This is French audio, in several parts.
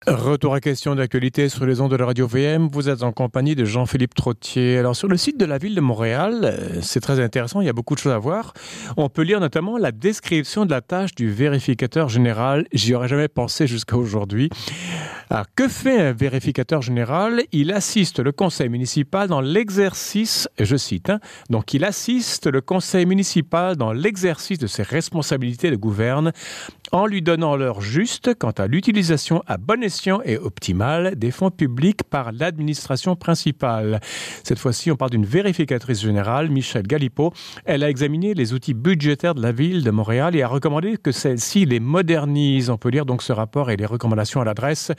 Retour à question d'actualité sur les ondes de la Radio VM. Vous êtes en compagnie de Jean-Philippe Trottier. Alors, sur le site de la Ville de Montréal, c'est très intéressant, il y a beaucoup de choses à voir. On peut lire notamment la description de la tâche du vérificateur général. J'y aurais jamais pensé jusqu'à aujourd'hui. Alors, que fait un vérificateur général? Il assiste le conseil municipal dans l'exercice, je cite, donc il assiste le conseil municipal dans l'exercice de ses responsabilités de gouverne en lui donnant l'heure juste quant à l'utilisation à bon escient et optimale des fonds publics par l'administration principale. Cette fois-ci, on parle d'une vérificatrice générale, Michèle Galipeau. Elle a examiné les outils budgétaires de la Ville de Montréal et a recommandé que celle-ci les modernise. On peut lire donc ce rapport et les recommandations à l'adresse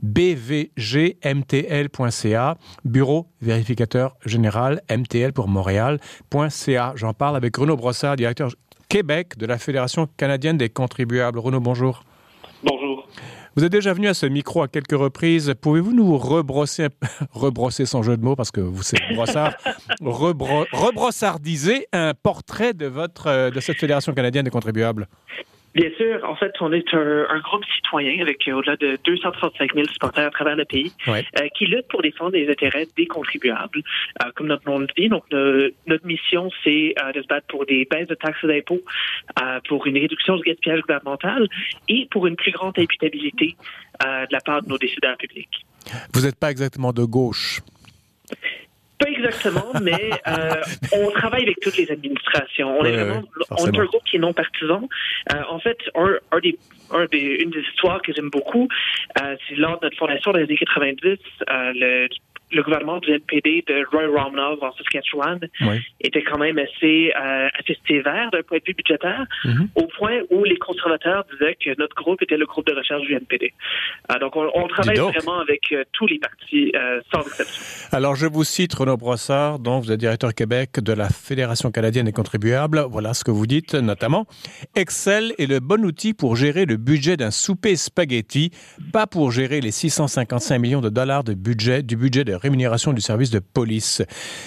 bvgmtl.ca, Bureau vérificateur général MTL pour Montréal.ca. J'en parle avec Renaud Brossard, directeur Québec de la Fédération canadienne des contribuables. Renaud, bonjour. Bonjour. Vous êtes déjà venu à ce micro à quelques reprises. Pouvez-vous nous rebrosser sans jeu de mots, parce que vous c'est Brossard, rebrossardiser un portrait de cette Fédération canadienne des contribuables? Bien sûr. En fait, on est un groupe citoyen avec au-delà de 235 000 supporters à travers le pays qui lutte pour défendre les intérêts des contribuables. Comme notre nom le dit, donc notre mission, c'est de se battre pour des baisses de taxes et d'impôts, pour une réduction du gaspillage gouvernemental et pour une plus grande imputabilité de la part de nos décideurs publics. Vous n'êtes pas exactement de gauche. Pas exactement, mais on travaille avec toutes les administrations. On est un groupe qui est non partisan. En fait, une des histoires que j'aime beaucoup, c'est lors de notre fondation dans les années 90, le gouvernement du NPD de Roy Romanow en Saskatchewan était quand même assez sévère d'un point de vue budgétaire, au point où les conservateurs disaient que notre groupe était le groupe de recherche du NPD. Donc, on travaille vraiment avec tous les partis, sans exception. Alors, je vous cite Renaud Brossard, donc vous êtes directeur Québec de la Fédération canadienne des contribuables. Voilà ce que vous dites, notamment. Excel est le bon outil pour gérer le budget d'un souper spaghetti, pas pour gérer les 655 millions de dollars du budget de rémunération du service de police.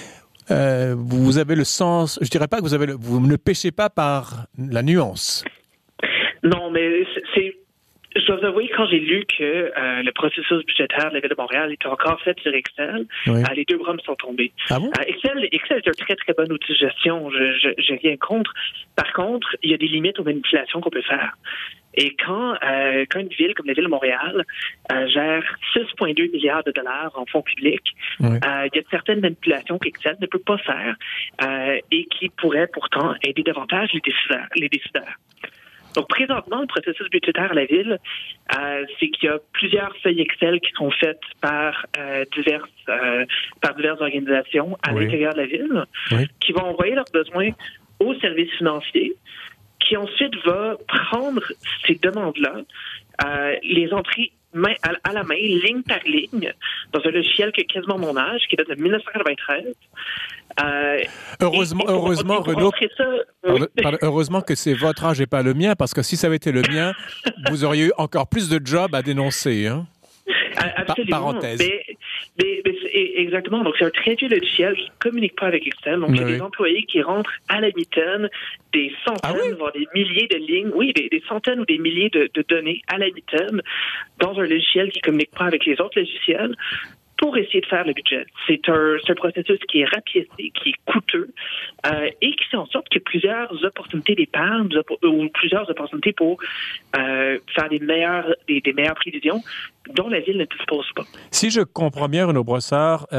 Vous avez le sens, je dirais pas que vous ne pêchez pas par la nuance. Non, mais je dois vous avouer, quand j'ai lu que le processus budgétaire de la Ville de Montréal était encore fait sur Excel, les deux bras me sont tombés. Ah bon? Excel est un très, très bon outil de gestion. Je rien contre. Par contre, il y a des limites aux manipulations qu'on peut faire. Et quand une ville comme la Ville de Montréal gère 6,2 milliards de dollars en fonds publics, il y a certaines manipulations qu'Excel ne peut pas faire et qui pourraient pourtant aider davantage les décideurs. Donc, présentement, le processus budgétaire à la Ville, c'est qu'il y a plusieurs feuilles Excel qui sont faites par diverses organisations à l'intérieur de la Ville qui vont envoyer leurs besoins aux services financiers qui ensuite va prendre ces demandes-là, les entrer à la main, ligne par ligne, dans un logiciel qui a quasiment mon âge, qui date de 1993. Heureusement, Renaud, heureusement que c'est votre âge et pas le mien, parce que si ça avait été le mien, vous auriez eu encore plus de jobs à dénoncer. Hein? Absolument. Parenthèse. Mais exactement. Donc, c'est un très vieux logiciel qui ne communique pas avec Excel. Donc, il y a des employés qui rentrent à la mitaine des centaines, voire des milliers de lignes, des centaines ou des milliers de données à la mitaine dans un logiciel qui ne communique pas avec les autres logiciels pour essayer de faire le budget. C'est un processus qui est rapiécé, qui est coûteux et qui fait en sorte qu'il y a plusieurs opportunités d'épargne ou plusieurs opportunités pour faire des meilleures prévisions dont la Ville ne dispose pas. Si je comprends bien, Renaud Brossard,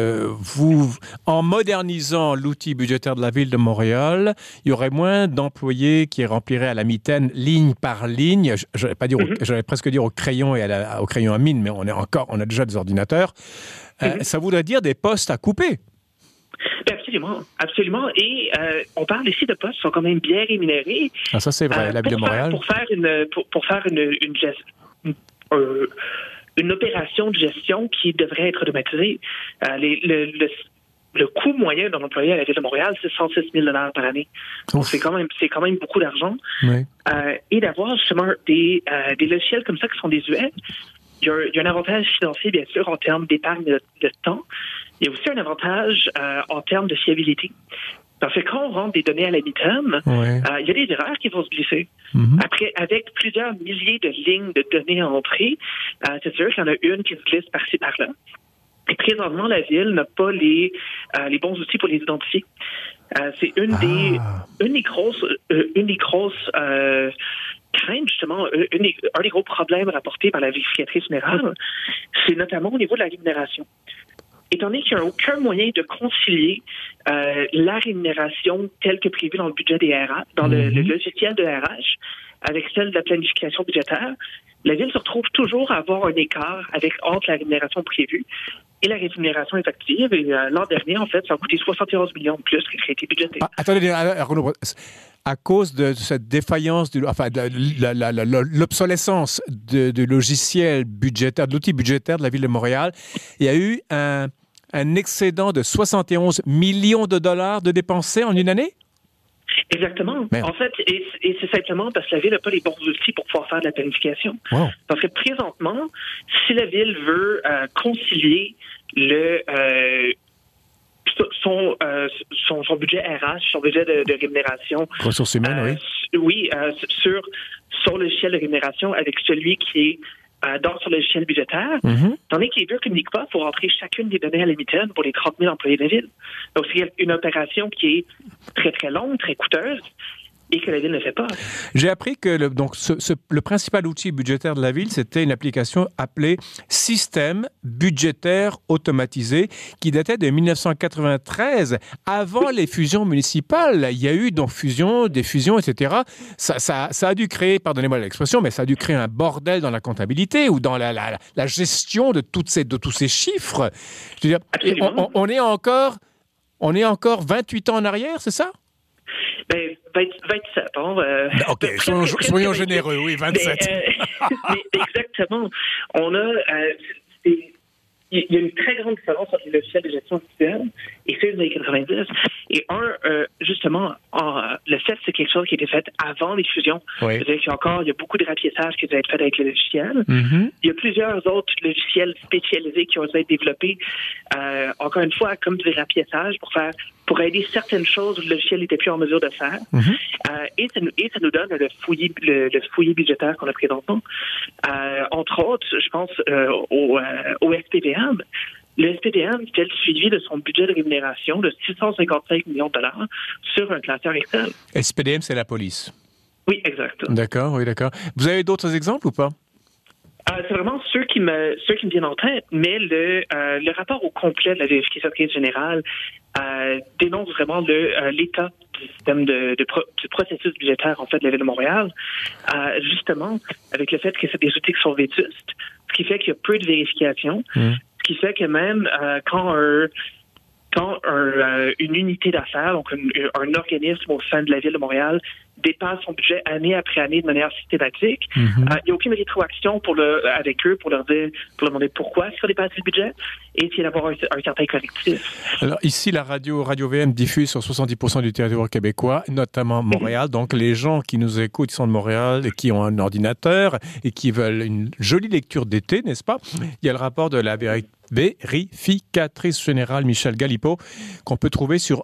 en modernisant l'outil budgétaire de la Ville de Montréal, il y aurait moins d'employés qui rempliraient à la mitaine ligne par ligne. J'allais presque dire au crayon et au crayon à mine, mais on a déjà des ordinateurs. Ça voudrait dire des postes à couper. Absolument. Et on parle ici de postes qui sont quand même bien rémunérés. Ah, ça c'est vrai, la Ville de Montréal. Pour faire une opération de gestion qui devrait être automatisée. Le coût moyen d'un employé à la Ville de Montréal, c'est 106 000 $ par année. Donc, c'est quand même beaucoup d'argent. Et d'avoir justement des logiciels comme ça qui sont désuets, il y a un avantage financier, bien sûr, en termes d'épargne de temps. Il y a aussi un avantage en termes de fiabilité. Parce que quand on rentre des données à la mitaine, il y a des erreurs qui vont se glisser. Après, avec plusieurs milliers de lignes de données à entrer, c'est sûr qu'il y en a une qui se glisse par-ci, par-là. Et présentement, la Ville n'a pas les bons outils pour les identifier. C'est une des grosses craintes, justement, un des gros problèmes rapportés par la vérificatrice générale, c'est notamment au niveau de la rémunération. Étant donné qu'il n'y a aucun moyen de concilier la rémunération telle que prévue dans le budget des RH, dans le logiciel de RH, avec celle de la planification budgétaire, la Ville se retrouve toujours à avoir un écart entre la rémunération prévue et la rémunération effective. Et l'an dernier, en fait, ça a coûté 71 millions de plus que ce qui a été budgété. Attendez, Renaud, à cause de cette défaillance, de l'obsolescence du logiciel budgétaire, de l'outil budgétaire de la Ville de Montréal, il y a eu un excédent de 71 millions de dollars de dépensés en une année? Exactement. Merde. En fait, et c'est simplement parce que la Ville n'a pas les bons outils pour pouvoir faire de la planification. Wow. Parce que présentement, si la Ville veut concilier son budget RH, son budget de rémunération... Ressources humaines, oui. Sur le logiciel de rémunération avec celui qui est sur le logiciel budgétaire, tandis qu'il ne communique pas pour rentrer chacune des données à la mitaine pour les 30 000 employés de la Ville. Donc, c'est une opération qui est très, très longue, très coûteuse, et que la Ville ne fait pas. J'ai appris que le principal outil budgétaire de la Ville, c'était une application appelée Système budgétaire automatisé, qui datait de 1993, avant les fusions municipales. Il y a eu donc des fusions, etc. Ça a dû créer, pardonnez-moi l'expression, mais ça a dû créer un bordel dans la comptabilité ou dans la gestion de tous ces chiffres. Je veux dire, on est encore 28 ans en arrière, c'est ça? Ben, 27 ans. OK, soyons généreux, oui, 27. Mais exactement. On a... il y a une très grande différence entre les logiciels de gestion actuels et ceux des années 90. Et justement, le fait, c'est quelque chose qui a été fait avant les fusions. Oui. C'est-à-dire il y a beaucoup de rapiessage qui doit être fait avec le logiciel. Il y a plusieurs autres logiciels spécialisés qui ont été développés, encore une fois, comme du rapiessage pour aider certaines choses où le logiciel n'était plus en mesure de faire. Et ça nous donne le fouillis budgétaire qu'on a présentement. Entre autres, je pense au SPVM. Le SPVM fait le suivi de son budget de rémunération de 655 millions de dollars sur un classeur Excel. SPDM, c'est la police. Oui, exact. D'accord, oui, d'accord. Vous avez d'autres exemples ou pas? C'est vraiment ceux qui me viennent en tête, mais le rapport au complet de la vérificatrice générale dénonce vraiment l'état du système du processus budgétaire en fait de la Ville de Montréal, justement avec le fait que c'est des outils qui sont vétustes, ce qui fait qu'il y a peu de vérification, ce qui fait que même quand une unité d'affaires, donc un organisme au sein de la Ville de Montréal, dépasse son budget année après année de manière systématique, il n'y a aucune rétroaction avec eux pour leur demander pourquoi ils ont dépassé le budget et essayer d'avoir un certain correctif. Alors ici, la Radio VM diffuse sur 70% du territoire québécois, notamment Montréal. Donc les gens qui nous écoutent, qui sont de Montréal et qui ont un ordinateur et qui veulent une jolie lecture d'été, n'est-ce pas? Il y a le rapport de la vérificatrice générale Michèle Galipeau qu'on peut trouver sur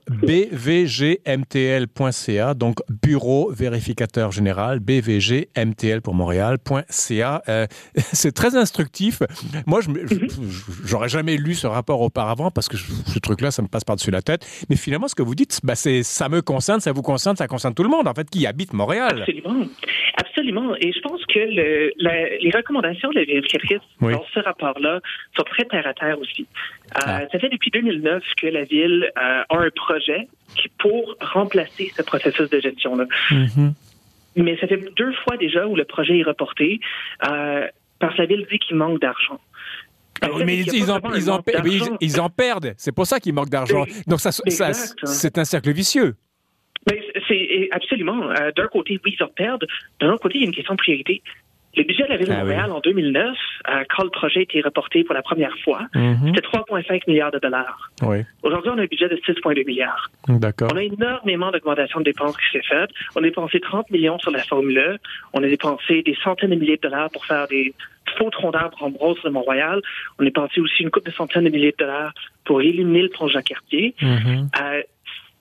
bvgmtl.ca, donc bureau vérificateur général, bvgmtl pour Montréal.ca. C'est très instructif. Moi, j'aurais jamais lu ce rapport auparavant parce que ce truc-là, ça me passe par-dessus la tête. Mais finalement, ce que vous dites, ça me concerne, ça vous concerne, ça concerne tout le monde, en fait, qui habite Montréal. Absolument. Absolument. Et je pense que les recommandations de la vérificatrice dans ce rapport-là sont très terre-à-terre aussi. Ça fait depuis 2009 que la Ville a un projet pour remplacer ce processus de gestion-là. Mais ça fait 2 fois déjà où le projet est reporté parce que la Ville dit qu'il manque d'argent. Mais ils en perdent. C'est pour ça qu'il manque d'argent. Donc c'est un cercle vicieux. Mais c'est absolument. D'un côté, oui, ils en perdent. D'un autre côté, il y a une question de priorité. Le budget de la Ville de Montréal en 2009, quand le projet a été reporté pour la première fois, c'était 3,5 milliards de dollars. Oui. Aujourd'hui, on a un budget de 6,2 milliards. D'accord. On a énormément d'augmentation de dépenses qui s'est faite. On a dépensé 30 millions sur la Formule. On a dépensé des centaines de milliers de dollars pour faire des faux troncs d'arbres en bronze de Mont-Royal. On a dépensé aussi une couple de centaines de milliers de dollars pour éliminer le pont Jacques-Cartier.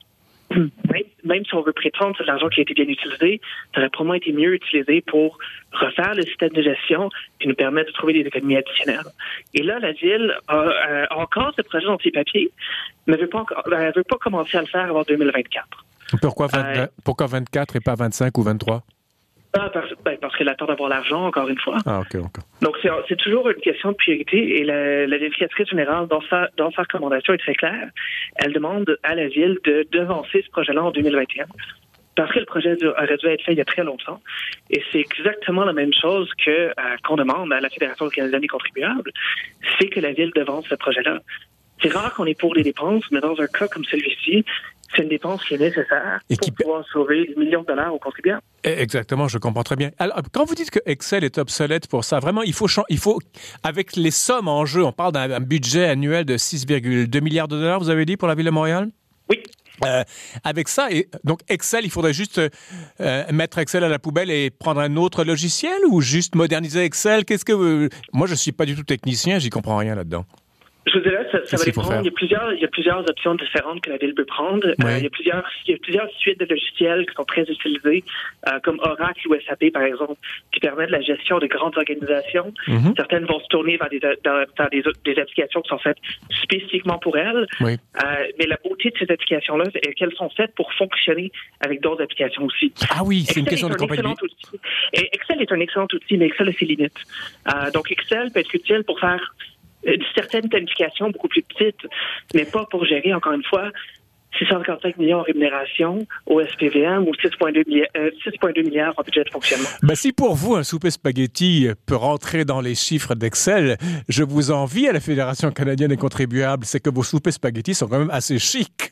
même si on veut prétendre que l'argent qui a été bien utilisé, ça aurait probablement été mieux utilisé pour refaire le système de gestion et nous permettre de trouver des économies additionnelles. Et là, la Ville a encore ce projet dans ses papiers, mais elle ne veut pas commencer à le faire avant 2024. Pourquoi 24 et pas 25 ou 23? Parce qu'elle attend d'avoir l'argent, encore une fois. Ah, OK. Donc, c'est toujours une question de priorité et la vérificatrice générale, dans sa recommandation, est très claire. Elle demande à la Ville de devancer ce projet-là en 2021 parce que le projet aurait dû être fait il y a très longtemps. Et c'est exactement la même chose qu'on demande à la Fédération canadienne des contribuables, c'est que la Ville devance ce projet-là. C'est rare qu'on est pour les dépenses, mais dans un cas comme celui-ci, c'est une dépense qui est nécessaire pour pouvoir sauver des millions de dollars aux contribuables. Exactement, je comprends très bien. Alors, quand vous dites que Excel est obsolète pour ça, vraiment, il faut avec les sommes en jeu, on parle d'un budget annuel de 6,2 milliards de dollars, vous avez dit, pour la Ville de Montréal? Oui. Avec ça, donc Excel, il faudrait juste mettre Excel à la poubelle et prendre un autre logiciel ou juste moderniser Excel? Moi, je suis pas du tout technicien, j'y comprends rien là-dedans. Je vous dirais, ça va dépendre. Il y a plusieurs options différentes que la Ville peut prendre. Oui. Il y a plusieurs suites de logiciels qui sont très utilisés, comme Oracle ou SAP, par exemple, qui permettent la gestion de grandes organisations. Mm-hmm. Certaines vont se tourner vers des applications qui sont faites spécifiquement pour elles. Oui. Mais la beauté de ces applications-là, c'est qu'elles sont faites pour fonctionner avec d'autres applications aussi. Ah oui, c'est une question de compatibilité. Excel est un excellent outil, mais Excel a ses limites. Donc, Excel peut être utile pour faire une certaine planification beaucoup plus petite, mais pas pour gérer, encore une fois, 655 millions en rémunération au SPVM ou 6,2 milliards en budget de fonctionnement. Si pour vous, un souper spaghetti peut rentrer dans les chiffres d'Excel, je vous envie à la Fédération canadienne des contribuables, c'est que vos soupers spaghetti sont quand même assez chics.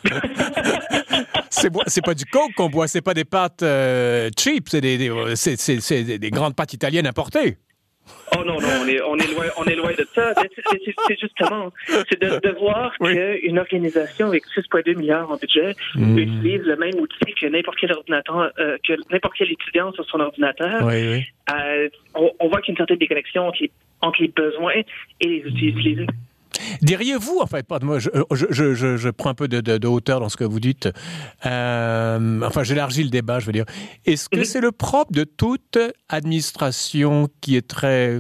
C'est pas du coke qu'on boit, c'est pas des pâtes cheap, c'est des grandes pâtes italiennes importées. Oh non, on est loin de ça. C'est justement, c'est de voir qu'une organisation avec 6,2 milliards en budget utilise le même outil que n'importe quel ordinateur, que n'importe quel étudiant sur son ordinateur. Oui. On voit qu'il y a une certaine déconnexion entre les besoins et les outils utilisés. Diriez-vous, en fait, moi, je prends un peu de hauteur dans ce que vous dites, j'élargis le débat, je veux dire. Est-ce que c'est le propre de toute administration qui est très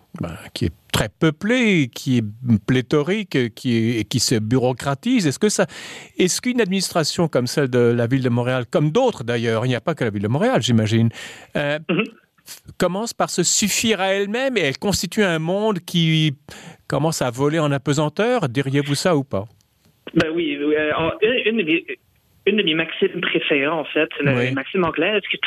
peuplée, qui est pléthorique, qui se bureaucratise? Est-ce qu'une administration comme celle de la Ville de Montréal, comme d'autres d'ailleurs, il n'y a pas que la Ville de Montréal, j'imagine, commence par se suffire à elle-même et elle constitue un monde qui commence à voler en apesanteur? Diriez-vous ça ou pas? Oui. Une de mes maximes préférées, en fait, c'est une maxime anglaise qui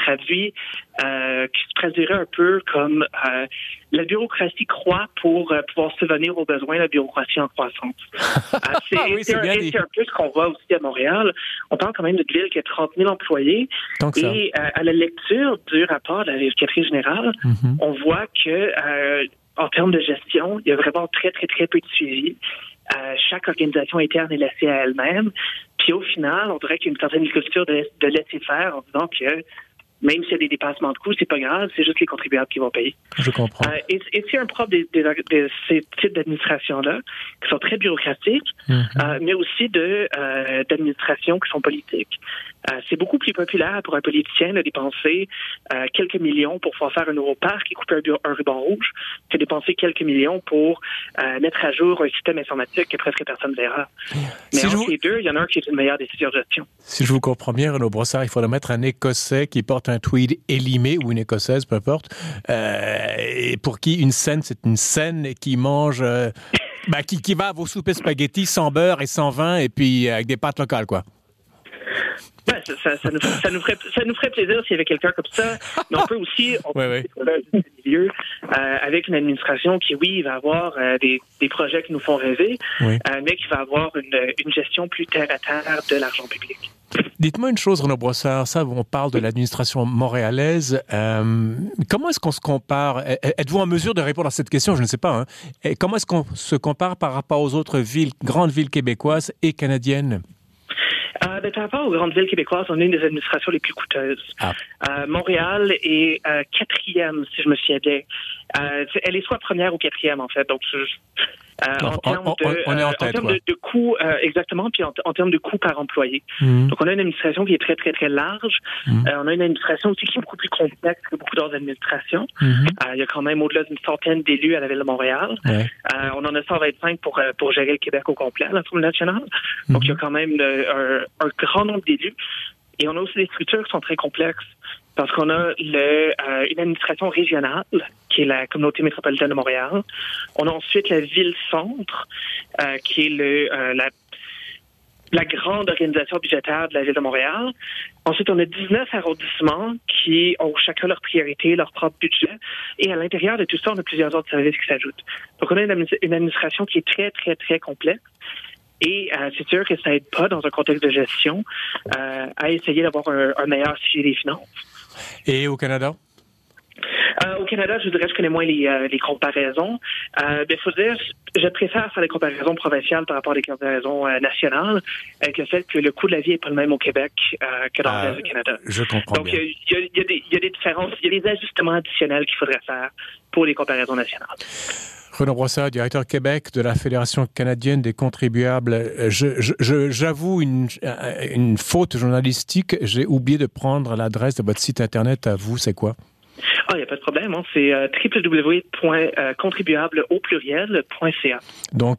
se traduirait un peu comme la bureaucratie croît pour pouvoir subvenir aux besoins de la bureaucratie en croissance. C'est un peu ce qu'on voit aussi à Montréal. On parle quand même d'une ville qui a 30 000 employés. Et à la lecture du rapport de la vérificatrice générale, on voit que en termes de gestion, il y a vraiment très, très, très peu de suivi. Chaque organisation interne est laissée à elle-même. Puis au final, on dirait qu'il y a une certaine culture de laisser faire en disant que même s'il y a des dépassements de coûts, c'est pas grave, c'est juste les contribuables qui vont payer. Je comprends. Et c'est un propre de ces types d'administrations-là, qui sont très bureaucratiques, mais aussi d'administrations qui sont politiques. C'est beaucoup plus populaire pour un politicien de dépenser quelques millions pour pouvoir faire un nouveau parc et couper un ruban rouge que dépenser quelques millions pour mettre à jour un système informatique que presque personne verra. Mais entre les deux, il y en a un qui est une meilleure décision de gestion. Si je vous comprends bien, Renaud Brossard, il faudrait mettre un Écossais qui porte un tweed élimé ou une Écossaise, peu importe, et pour qui une scène, c'est une scène et qui mange... qui va à vos soupers spaghettis sans beurre et sans vin et puis avec des pâtes locales, quoi. Ça nous ferait plaisir s'il y avait quelqu'un comme ça. Mais on peut aussi milieu avec une administration qui, va avoir des projets qui nous font rêver, mais qui va avoir une gestion plus terre-à-terre de l'argent public. Dites-moi une chose, Renaud Brossard, on parle de l'administration montréalaise. Comment est-ce qu'on se compare? Êtes-vous en mesure de répondre à cette question? Je ne sais pas. Comment est-ce qu'on se compare par rapport aux autres grandes villes québécoises et canadiennes? Par rapport aux grandes villes québécoises, on a une des administrations les plus coûteuses. Montréal est quatrième, si je me souviens bien. Elle est soit première ou quatrième, en fait. Donc, en termes de coûts, exactement, puis en termes de coûts par employé. Donc, on a une administration qui est très, très, très large. On a une administration aussi qui est beaucoup plus complexe que beaucoup d'autres administrations. Il y a quand même au-delà d'une centaine d'élus à la Ville de Montréal. On en a 125 pour gérer le Québec au complet à l'Assemblée nationale. Donc, il y a quand même un grand nombre d'élus. Et on a aussi des structures qui sont très complexes parce qu'on a une administration régionale qui est la communauté métropolitaine de Montréal. On a ensuite la ville-centre qui est la grande organisation budgétaire de la Ville de Montréal. Ensuite, on a 19 arrondissements qui ont chacun leur priorité, leur propre budget. Et à l'intérieur de tout ça, on a plusieurs autres services qui s'ajoutent. Donc, on a une administration qui est très, très, très complexe. Et c'est sûr que ça aide pas dans un contexte de gestion à essayer d'avoir un meilleur suivi des finances. Et au Canada? Au Canada, je dirais que je connais moins les comparaisons. Il faut dire, je préfère faire des comparaisons provinciales par rapport à des comparaisons nationales, avec le fait que le coût de la vie n'est pas le même au Québec que dans le reste du Canada. Je comprends. Donc, il y a des différences, il y a des ajustements additionnels qu'il faudrait faire pour les comparaisons nationales. Renaud Brossard, directeur Québec de la Fédération canadienne des contribuables. J'avoue une faute journalistique. J'ai oublié de prendre l'adresse de votre site Internet à vous. C'est quoi? Il n'y a pas de problème. C'est www.contribuable.ca. Donc,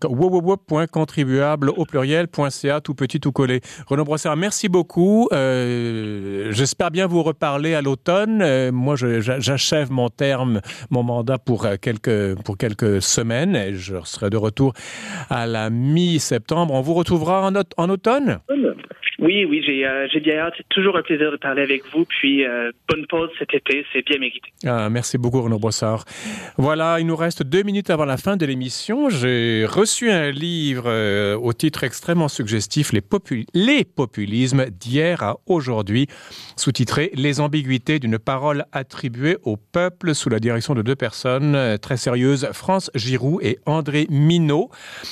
www.contribuable.ca, tout petit, tout collé. Renaud Brossard, merci beaucoup. J'espère bien vous reparler à l'automne. Moi, j'achève mon mandat pour quelques semaines et je serai de retour à la mi-septembre. On vous retrouvera en automne? Oui, j'ai bien hâte. C'est toujours un plaisir de parler avec vous. Puis, bonne pause cet été, c'est bien mérité. Merci beaucoup, Renaud Brossard. Voilà, il nous reste 2 minutes avant la fin de l'émission. J'ai reçu un livre au titre extrêmement suggestif, Les populismes d'hier à aujourd'hui, sous-titré « Les ambiguïtés d'une parole attribuée au peuple » sous la direction de 2 personnes très sérieuses, France Giroux et André Mineau.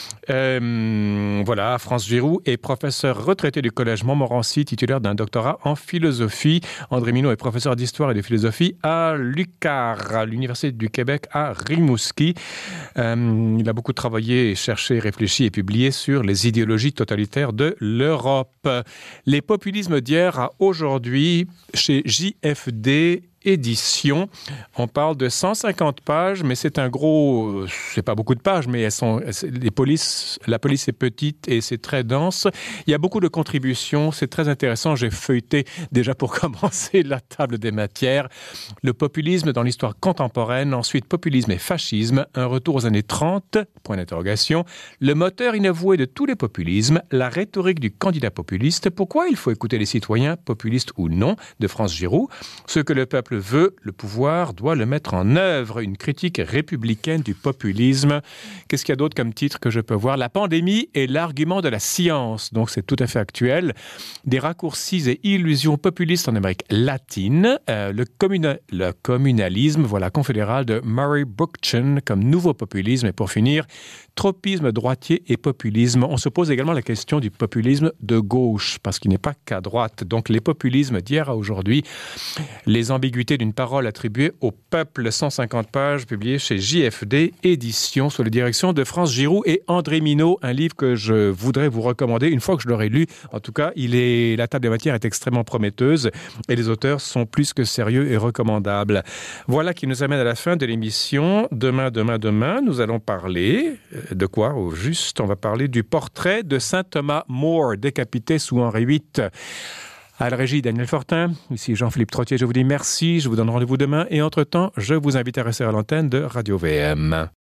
Voilà, France Giroux est professeur retraité du Collège Montmorency, titulaire d'un doctorat en philosophie. André Mineau est professeur d'histoire et de philosophie à l'UQAR, à l'Université du Québec à Rimouski. Il a beaucoup travaillé, cherché, réfléchi et publié sur les idéologies totalitaires de l'Europe. Les populismes d'hier à aujourd'hui chez JFD édition. On parle de 150 pages, mais c'est pas beaucoup de pages, mais la police est petite et c'est très dense. Il y a beaucoup de contributions, c'est très intéressant. J'ai feuilleté déjà pour commencer la table des matières. Le populisme dans l'histoire contemporaine, ensuite populisme et fascisme, un retour aux années 30, point d'interrogation. Le moteur inavoué de tous les populismes, la rhétorique du candidat populiste, pourquoi il faut écouter les citoyens, populistes ou non, de France Giroux, ce que le peuple veut, le pouvoir doit le mettre en œuvre. Une critique républicaine du populisme. Qu'est-ce qu'il y a d'autre comme titre que je peux voir? La pandémie et l'argument de la science. Donc, c'est tout à fait actuel. Des raccourcis et illusions populistes en Amérique latine. Le communalisme, voilà, confédéral de Murray Bookchin comme nouveau populisme. Et pour finir, tropisme droitier et populisme. On se pose également la question du populisme de gauche, parce qu'il n'est pas qu'à droite. Donc, les populismes d'hier à aujourd'hui, les ambiguïtés d'une parole attribuée au peuple, 150 pages, publié chez JFD Éditions, sous la direction de France Giroux et André Mineau, un livre que je voudrais vous recommander une fois que je l'aurai lu. En tout cas, la table des matières est extrêmement prometteuse et les auteurs sont plus que sérieux et recommandables. Voilà qui nous amène à la fin de l'émission. Demain, nous allons parler de quoi au juste? On va parler du portrait de Saint Thomas More, décapité sous Henri VIII. À la régie, Daniel Fortin. Ici Jean-Philippe Trottier. Je vous dis merci. Je vous donne rendez-vous demain. Et entre-temps, je vous invite à rester à l'antenne de Radio VM.